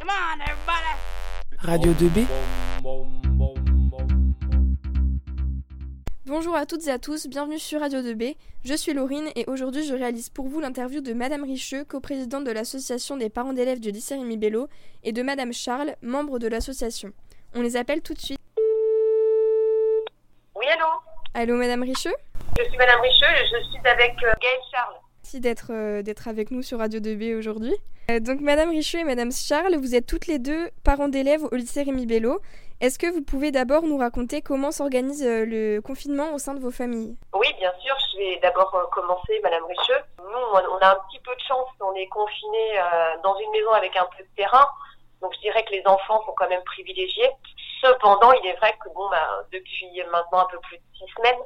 Radio 2B. Bonjour à toutes et à tous, bienvenue sur Radio 2B. Je suis Laurine et aujourd'hui je réalise pour vous l'interview de Madame Richeux, coprésidente de l'association des parents d'élèves du lycée Rémi Bello, et de Madame Charles, membre de l'association. On les appelle tout de suite. Oui, allô ? Allô Madame Richeux ? Je suis Madame Richeux, je suis avec Gaëlle Charles. Merci d'être avec nous sur Radio 2B aujourd'hui. Donc Madame Richeux et Madame Charles, vous êtes toutes les deux parents d'élèves au lycée Rémi Bello. Est-ce que vous pouvez d'abord nous raconter comment s'organise le confinement au sein de vos familles ? Oui, bien sûr, je vais d'abord commencer, Madame Richeux. Nous, on a un petit peu de chance, on est confinés dans une maison avec un peu de terrain, donc je dirais que les enfants sont quand même privilégiés. Cependant, il est vrai que depuis maintenant un peu plus de 6 semaines,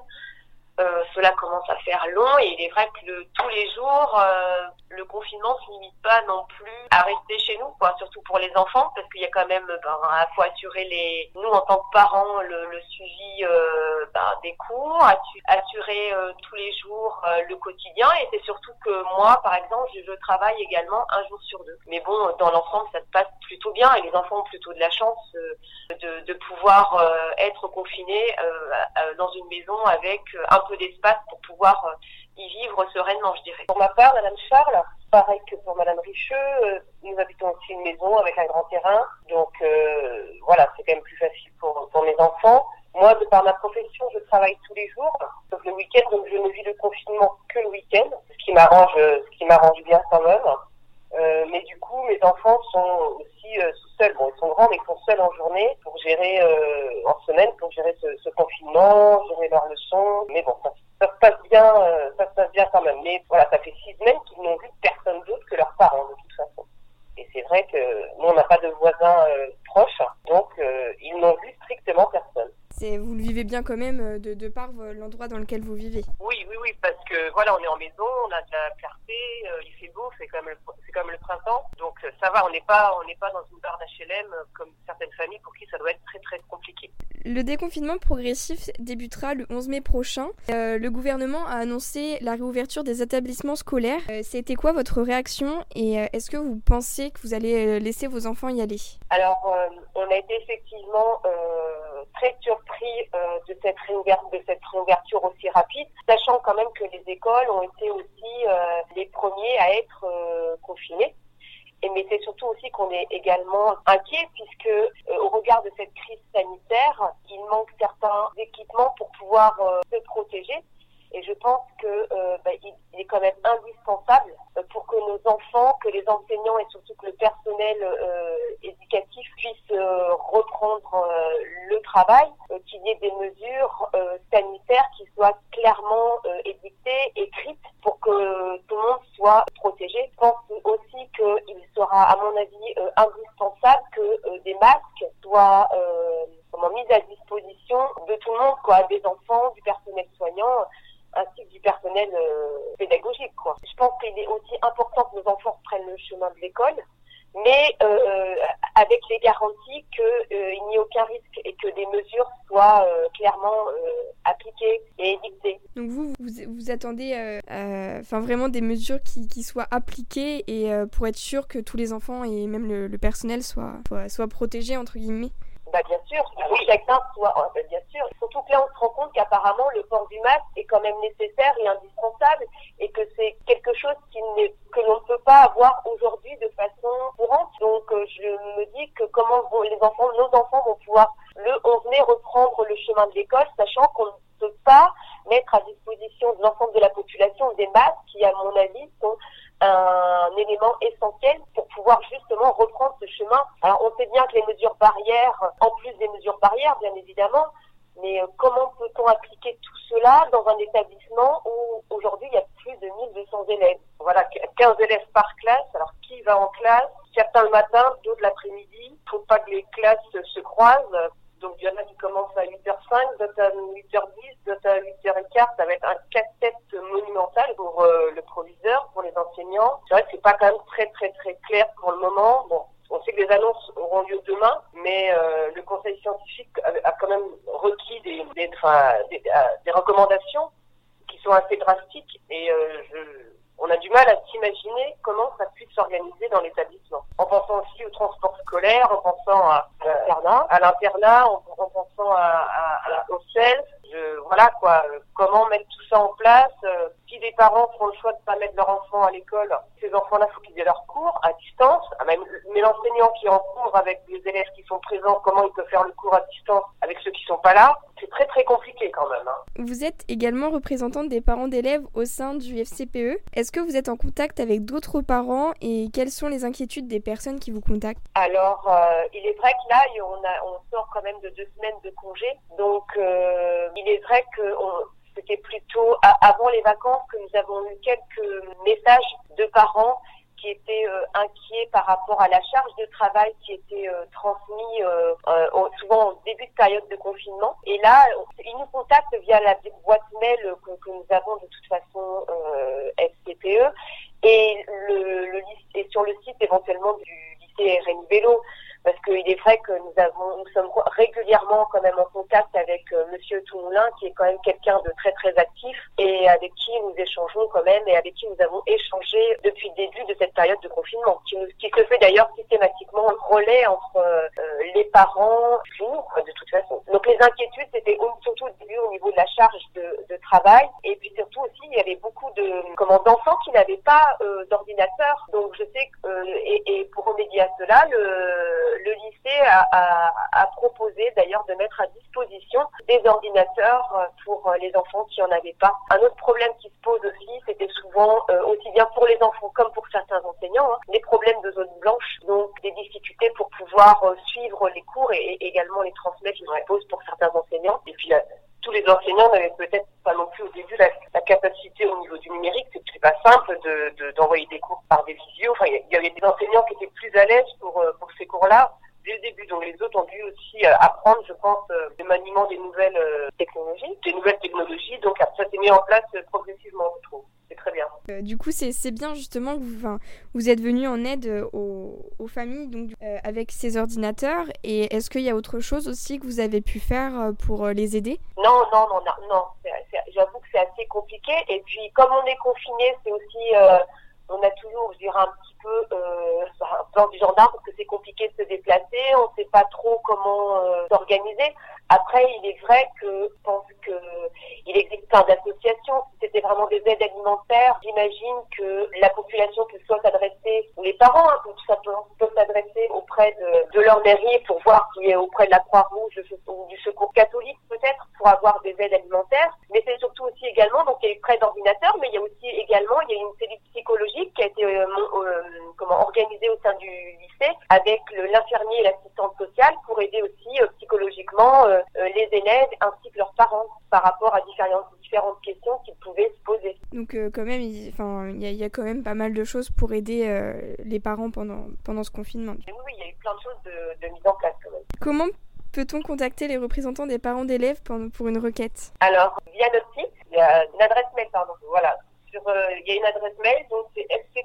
cela commence à faire long et il est vrai que tous les jours, le confinement ne se limite pas non plus à rester chez nous, quoi, surtout pour les enfants, parce qu'il y a quand même, faut assurer nous en tant que parents le suivi des cours, assurer tous les jours le quotidien, et c'est surtout que moi, par exemple, je travaille également un jour sur 2. Mais bon, dans l'ensemble, ça se passe plutôt bien et les enfants ont plutôt de la chance de pouvoir être confinés dans une maison avec un peu d'espace pour pouvoir y vivre sereinement, je dirais. Pour ma part, Madame Charles, pareil que pour Madame Richeux, nous habitons aussi une maison avec un grand terrain, donc voilà, c'est quand même plus facile pour mes enfants. Moi, de par ma profession, je travaille tous les jours, sauf le week-end, donc je ne vis le confinement que le week-end, ce qui m'arrange bien quand même. Mais du coup, mes enfants sont aussi seuls. Bon, ils sont grands, mais ils sont seuls en journée pour gérer, en semaine, pour gérer ce confinement, gérer leurs leçons. Mais bon, ça se passe bien quand même. Mais voilà, ça fait 6 semaines qu'ils n'ont vu personne d'autre que leurs parents, de toute façon. Et c'est vrai que nous, on n'a pas de voisins proches, donc ils n'ont vu strictement personne. Vous le vivez bien quand même de par l'endroit dans lequel vous vivez. Oui, parce que voilà, on est en maison, on a de la clarté, il fait beau, c'est comme le printemps, donc ça va, on n'est pas dans une barre d'HLM comme certaines familles pour qui ça doit être très très compliqué. Le déconfinement progressif débutera le 11 mai prochain. Le gouvernement a annoncé la réouverture des établissements scolaires. C'était quoi votre réaction et est-ce que vous pensez que vous allez laisser vos enfants y aller ? Alors, on a été effectivement très surpris de cette réouverture aussi rapide, sachant quand même que les écoles ont été aussi les premiers à être confinés. Mais c'est surtout aussi qu'on est également inquiet puisque au regard de cette crise sanitaire, il manque certains équipements pour pouvoir se protéger. Et je pense que il est quand même indispensable pour que nos enfants, que les enseignants et surtout que le personnel éducatif puisse reprendre le travail, qu'il y ait des mesures sanitaires qui soient clairement édictées, écrites, pour que tout le monde soit protégé. Je pense aussi qu'il sera, à mon avis, indispensable que des masques soient mis à disposition de tout le monde, quoi, des enfants, du personnel soignant, ainsi que du personnel pédagogique, quoi. Je pense qu'il est aussi important que nos enfants reprennent le chemin de l'école, mais avec les garanties qu'il n'y ait aucun risque et que des mesures soient clairement appliquées et édictées. Donc vous attendez vraiment des mesures qui soient appliquées et pour être sûr que tous les enfants et même le personnel soient protégés, entre guillemets. Bien sûr, oui, chacun soit, bien sûr. Surtout que là, on se rend compte qu'apparemment, le port du masque est quand même nécessaire et indispensable et que c'est quelque chose que l'on ne peut pas avoir aujourd'hui de façon courante. Donc, je me dis que comment nos enfants vont pouvoir le 11 mai reprendre le chemin de l'école, sachant qu'on ne peut pas mettre à disposition de l'ensemble de la population des masques qui, à mon avis, sont un élément essentiel pour pouvoir justement reprendre ce chemin. Alors on sait bien que les mesures barrières, en plus des mesures barrières bien évidemment, mais comment peut-on appliquer tout cela dans un établissement où aujourd'hui il y a plus de 1200 élèves. Voilà, 15 élèves par classe. Alors qui va en classe ? Certains le matin, d'autres l'après-midi. Il ne faut pas que les classes se croisent. Donc il y en a qui commencent à 8h05, d'autres à 8h10, d'autres à 8h15. Ça va être un casse-tête monumental pour le proviseur, pour les enseignants. C'est vrai que c'est pas quand même très très très clair pour le moment. Bon, on sait que les annonces auront lieu demain, mais le conseil scientifique a quand même requis des recommandations qui sont assez drastiques et on a du mal à s'imaginer comment ça puisse s'organiser dans l'établissement. En pensant aussi aussi au transport scolaire, en pensant à l'internat, en pensant au CELS. Voilà quoi, comment mettre tout ça en place. Si des parents font le choix de ne pas mettre leur enfant à l'école, ces enfants-là, il faut qu'ils aient leur cours à distance. Mais l'enseignant qui est en cours avec les élèves qui sont présents, comment il peut faire le cours à distance avec ceux qui sont pas là? C'est très très compliqué quand même. Vous êtes également représentante des parents d'élèves au sein du FCPE. Est-ce que vous êtes en contact avec d'autres parents et quelles sont les inquiétudes des personnes qui vous contactent? Alors, il est vrai que là, on sort quand même de 2 semaines de congé. Donc, il est vrai que c'était plutôt avant les vacances que nous avons eu quelques messages de parents qui étaient inquiets par rapport à la charge de travail qui était transmise souvent au début de période de confinement. Et là, ils nous contactent via la boîte mail que nous avons de toute façon FCPE et et sur le site éventuellement du lycée Rémi Bello. Parce qu'il est vrai que nous sommes régulièrement quand même en contact avec Monsieur Toumoulin, qui est quand même quelqu'un de très très actif et avec qui nous échangeons quand même et avec qui nous avons échangé depuis le début de cette période de confinement, qui se fait d'ailleurs systématiquement relais entre les parents, nous, de toute façon. Donc les inquiétudes, c'était surtout au début au niveau de la charge de travail et puis surtout aussi il y avait beaucoup d'enfants qui n'avaient pas d'ordinateur. Donc je sais que et pour remédier à cela, le lycée a proposé d'ailleurs de mettre à disposition des ordinateurs pour les enfants qui en avaient pas. Un autre problème qui se pose aussi, c'était souvent aussi bien pour les enfants comme pour certains enseignants, des problèmes de zone blanche, donc des difficultés pour pouvoir suivre les cours et également les transmettre, je suppose, pour certains enseignants. Et puis tous les enseignants n'avaient peut-être pas non plus au début la capacité au niveau du numérique. C'est pas simple d'envoyer des cours par des visios. Enfin, il y avait des enseignants qui étaient plus à l'aise pour ces cours-là dès le début. Donc les autres ont dû aussi apprendre, je pense, le maniement des nouvelles technologies. Donc ça s'est mis en place progressivement, je trouve. C'est très bien. Du coup, c'est bien justement que vous êtes venu en aide aux familles donc, avec ces ordinateurs. Et est-ce qu'il y a autre chose aussi que vous avez pu faire pour les aider? Non. J'avoue que c'est assez compliqué. Et puis, comme on est confiné, c'est aussi... on a toujours, je dirais, un petit peu peur du gendarme parce que c'est compliqué de se déplacer. On ne sait pas trop comment s'organiser. Après, il est vrai que je pense qu'il existe plein d'associations. Si c'était vraiment des aides alimentaires, j'imagine que la population peut soit s'adresser, ou les parents, tout simplement, peuvent s'adresser auprès de leur mairie pour voir qui est auprès de la Croix-Rouge ou du Secours catholique peut-être pour avoir des aides alimentaires. Mais c'est surtout aussi également, donc il y a les prêts d'ordinateurs, mais il y a aussi également, il y a une cellule psychologique qui a été organisée au sein du lycée avec l'infirmier et l'assistante sociale pour aider aussi psychologiquement les élèves ainsi que leurs parents par rapport à différentes questions qu'ils pouvaient se poser. Donc quand même, il y a quand même pas mal de choses pour aider les parents pendant ce confinement. Oui, il y a eu plein de choses de mise en place quand même. Comment peut-on contacter les représentants des parents d'élèves pour une requête? Alors, via notre site, il y a une adresse mail, voilà. Il y a une adresse mail, donc c'est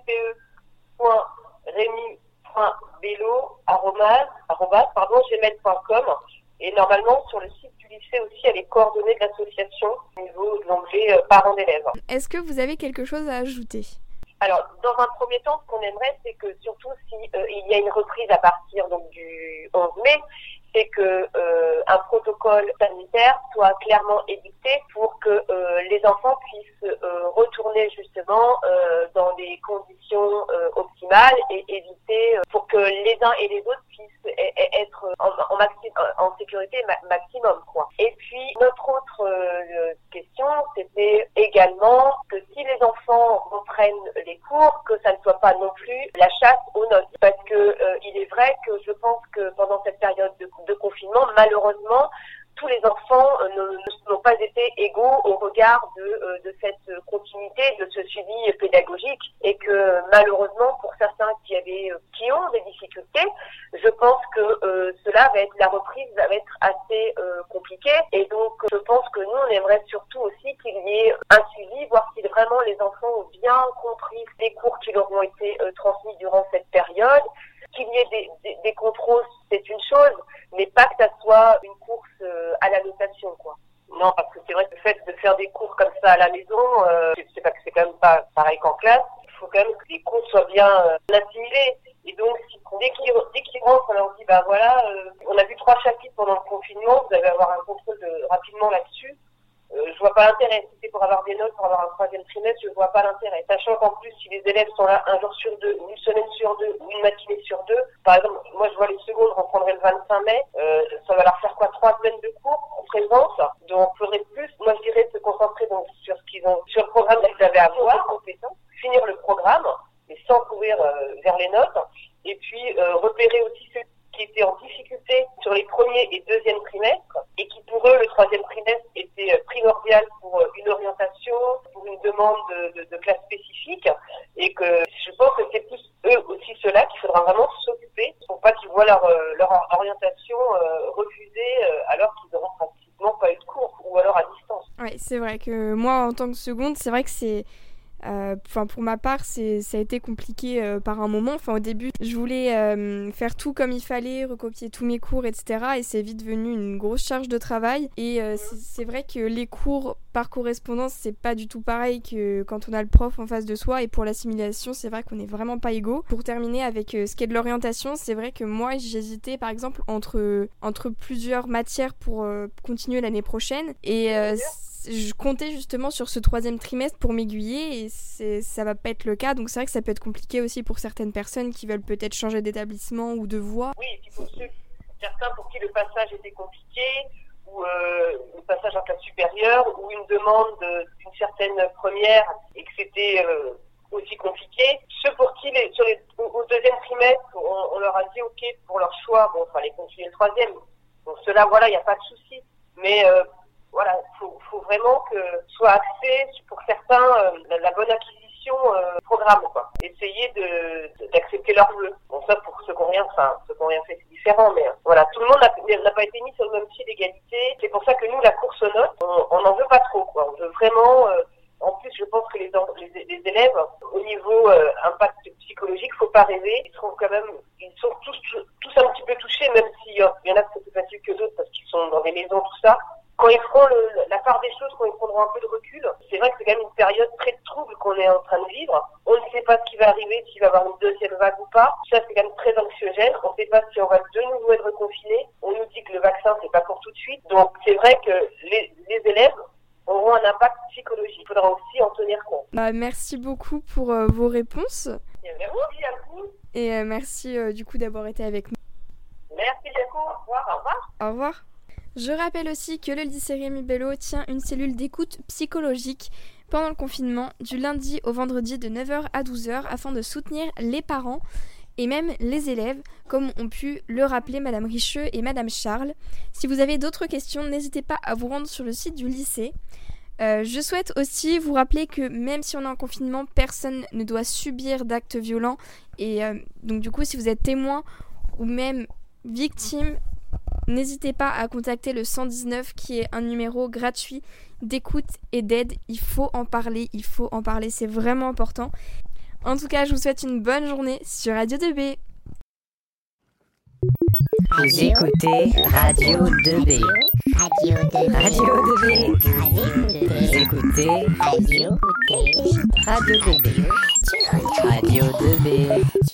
fcpe.remy.bello@gmail.com. Et normalement, sur le site du lycée aussi, il y a les coordonnées de l'association au niveau de l'onglet parents d'élèves. Est-ce que vous avez quelque chose à ajouter? Alors, dans un premier temps, ce qu'on aimerait, c'est que surtout si il y a une reprise à partir donc du 11 mai, c'est que un protocole sanitaire soit clairement édicté pour que les enfants puissent retourner justement dans des conditions optimales et éviter pour que les uns et les autres puissent être en sécurité maximum, quoi. Et puis notre autre question, c'était également que si les enfants reprennent les cours, que ça ne soit pas non plus la chasse aux notes, parce que il est vrai que je pense que pendant cette période de confinement, malheureusement, tous les enfants n'ont pas été égaux au regard de cette continuité, de ce suivi pédagogique, et que malheureusement, pour certains qui ont des difficultés, je pense que la reprise va être assez compliquée, et donc je pense que nous, on aimerait surtout aussi qu'il y ait un suivi, voir si vraiment les enfants ont bien compris les cours qui leur ont été transmis durant cette période. Qu'il y ait des contrôles, c'est une chose, mais pas que ça soit une course à la notation, quoi. Non, parce que c'est vrai que le fait de faire des cours comme ça à la maison, c'est quand même pas pareil qu'en classe. Il faut quand même que les cours soient bien assimilés. Et donc, dès qu'ils dès qu'ils rentrent, on leur dit, voilà, on a vu 3 chapitres pendant le confinement, vous allez avoir un contrôle rapidement là-dessus. Je vois pas l'intérêt. Si c'est pour avoir des notes, pour avoir un 3e trimestre, je vois pas l'intérêt. Sachant qu'en plus, si les élèves sont là un jour sur 2, ou une semaine sur 2, ou une matinée sur 2, par exemple, moi je vois les secondes reprendraient le 25 mai, ça va leur faire 3 semaines de cours en présence. Donc, il faudrait plus, moi je dirais, se concentrer donc sur ce qu'ils ont, sur le programme qu'ils avaient à voir, compétences, finir le programme, mais sans courir vers les notes, et puis repérer aussi ceux qui étaient en difficulté sur les premiers et 2e trimestres, et qui pour eux, le 3e trimestre était primordial pour une orientation, pour une demande de classe spécifique, et que je pense que c'est plus eux aussi ceux-là qu'il faudra vraiment s'occuper pour pas qu'ils voient leur orientation refusée alors qu'ils n'auront pratiquement pas eu de cours, ou alors à distance. Ouais, c'est vrai que moi, en tant que seconde, c'est vrai que c'est... pour ma part, ça a été compliqué par un moment. Au début, je voulais faire tout comme il fallait, recopier tous mes cours, etc. Et c'est vite devenu une grosse charge de travail. Et c'est vrai que les cours par correspondance, c'est pas du tout pareil que quand on a le prof en face de soi. Et pour l'assimilation, c'est vrai qu'on n'est vraiment pas égaux. Pour terminer avec ce qui est de l'orientation, c'est vrai que moi, j'hésitais par exemple entre plusieurs matières pour continuer l'année prochaine. Et je comptais justement sur ce 3e trimestre pour m'aiguiller et ça va pas être le cas, donc c'est vrai que ça peut être compliqué aussi pour certaines personnes qui veulent peut-être changer d'établissement ou de voie. Oui, et puis pour certains pour qui le passage était compliqué, ou le passage en classe supérieure, ou une demande d'une certaine première et que c'était aussi compliqué. Ceux pour qui au 2e trimestre, on leur a dit ok pour leur choix, bon, il fallait continuer le 3e. Donc ceux-là, voilà, il n'y a pas de souci. Mais voilà, faut vraiment que soit axé pour certains la bonne acquisition programme, quoi. Essayer d'accepter leurs vœux. Bon, ça pour ceux qui n'ont rien fait, c'est différent, mais voilà, tout le monde n'a pas été mis sur le même pied d'égalité. C'est pour ça que nous, la course aux notes, on n'en veut pas trop, quoi. On veut vraiment. En plus, je pense que les élèves, au niveau impact psychologique, faut pas rêver. Ils sont tous un petit peu touchés, même s'il y en a qui sont plus faciles que d'autres parce qu'ils sont dans des maisons, tout ça. Quand ils feront la part des choses, quand ils prendront un peu de recul, c'est vrai que c'est quand même une période très trouble qu'on est en train de vivre. On ne sait pas ce qui va arriver, s'il va y avoir une 2e vague ou pas. Ça, c'est quand même très anxiogène. On ne sait pas si on va de nouveau être reconfiné. On nous dit que le vaccin, c'est pas pour tout de suite. Donc, c'est vrai que les élèves auront un impact psychologique. Il faudra aussi en tenir compte. Merci beaucoup pour vos réponses. Merci à vous. Et merci du coup d'avoir été avec nous. Merci beaucoup. Au revoir. Au revoir. Je rappelle aussi que le lycée Rémi Bello tient une cellule d'écoute psychologique pendant le confinement du lundi au vendredi de 9h à 12h afin de soutenir les parents et même les élèves, comme ont pu le rappeler Madame Richeux et Madame Charles. Si vous avez d'autres questions, n'hésitez pas à vous rendre sur le site du lycée. Je souhaite aussi vous rappeler que même si on est en confinement, personne ne doit subir d'actes violents. Et donc du coup, si vous êtes témoin ou même victime, n'hésitez pas à contacter le 119 qui est un numéro gratuit d'écoute et d'aide. Il faut en parler, c'est vraiment important. En tout cas, je vous souhaite une bonne journée sur Radio 2B. Vous écoutez Radio 2B. Radio 2B. Vous écoutez Radio 2B. Radio 2B.